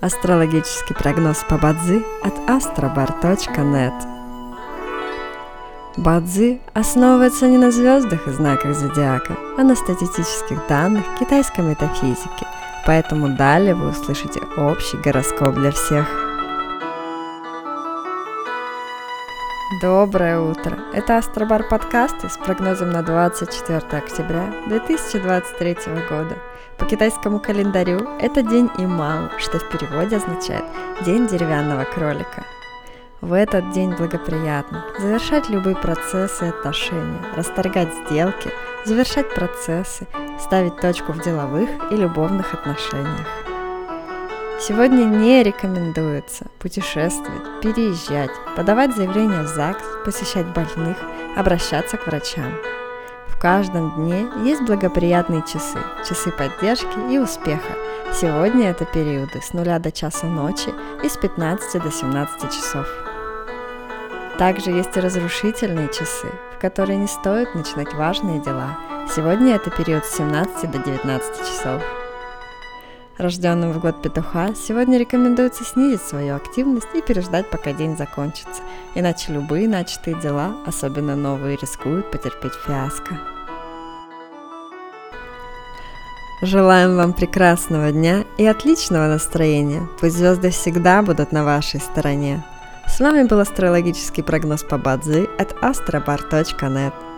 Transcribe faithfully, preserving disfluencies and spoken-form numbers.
Астрологический прогноз по Бадзи от астробар точка нет. Бадзи основывается не на звездах и знаках зодиака, а на статистических данных китайской метафизики, поэтому далее вы услышите общий гороскоп для всех. Доброе утро! Это Астробар подкасты с прогнозом на двадцать четвёртое октября две тысячи двадцать третьего года. По китайскому календарю это день Имау, что в переводе означает «день деревянного кролика». В этот день благоприятно завершать любые процессы и отношения, расторгать сделки, завершать процессы, ставить точку в деловых и любовных отношениях. Сегодня не рекомендуется путешествовать, переезжать, подавать заявления в ЗАГС, посещать больных, обращаться к врачам. В каждом дне есть благоприятные часы, часы поддержки и успеха. Сегодня это периоды с нуля до часа ночи и с пятнадцати до семнадцати часов. Также есть и разрушительные часы, в которые не стоит начинать важные дела. Сегодня это период с семнадцати до девятнадцати часов. Рожденным в год петуха сегодня рекомендуется снизить свою активность и переждать, пока день закончится, иначе любые начатые дела, особенно новые, рискуют потерпеть фиаско. Желаем вам прекрасного дня и отличного настроения. Пусть звезды всегда будут на вашей стороне. С вами был астрологический прогноз по Бадзи от астробар точка нет.